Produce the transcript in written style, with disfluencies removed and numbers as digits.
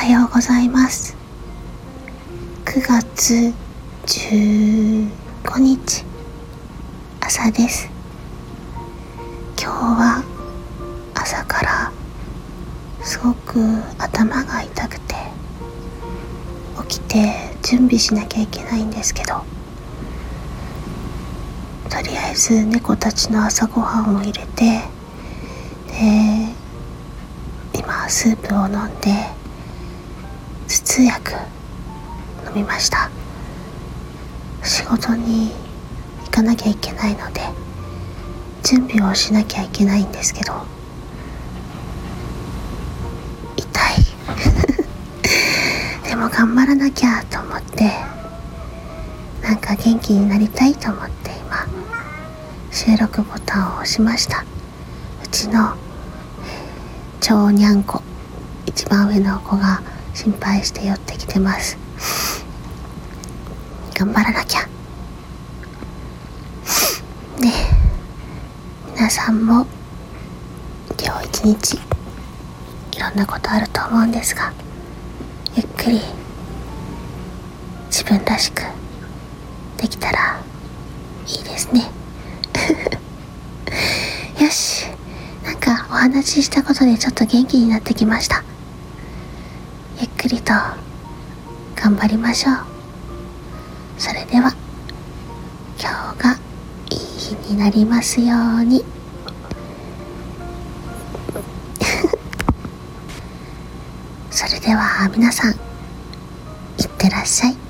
はようございます。9月15日朝です。今日は朝からすごく頭が痛くて、起きて準備しなきゃいけないんですけど、とりあえず猫たちの朝ごはんを入れて、で今スープを飲んで頭痛薬飲みました。仕事に行かなきゃいけないので準備をしなきゃいけないんですけど、痛いでも頑張らなきゃと思って、なんか元気になりたいと思って今収録ボタンを押しました。うちの長にゃんこ、一番上の子が心配して寄ってきてます。頑張らなきゃね。皆さんも今日一日いろんなことあると思うんですが、ゆっくり自分らしくできたらいいですねよし、なんかお話ししたことでちょっと元気になってきました。ゆっくりと頑張りましょう。それでは今日がいい日になりますようにそれでは皆さん、いってらっしゃい。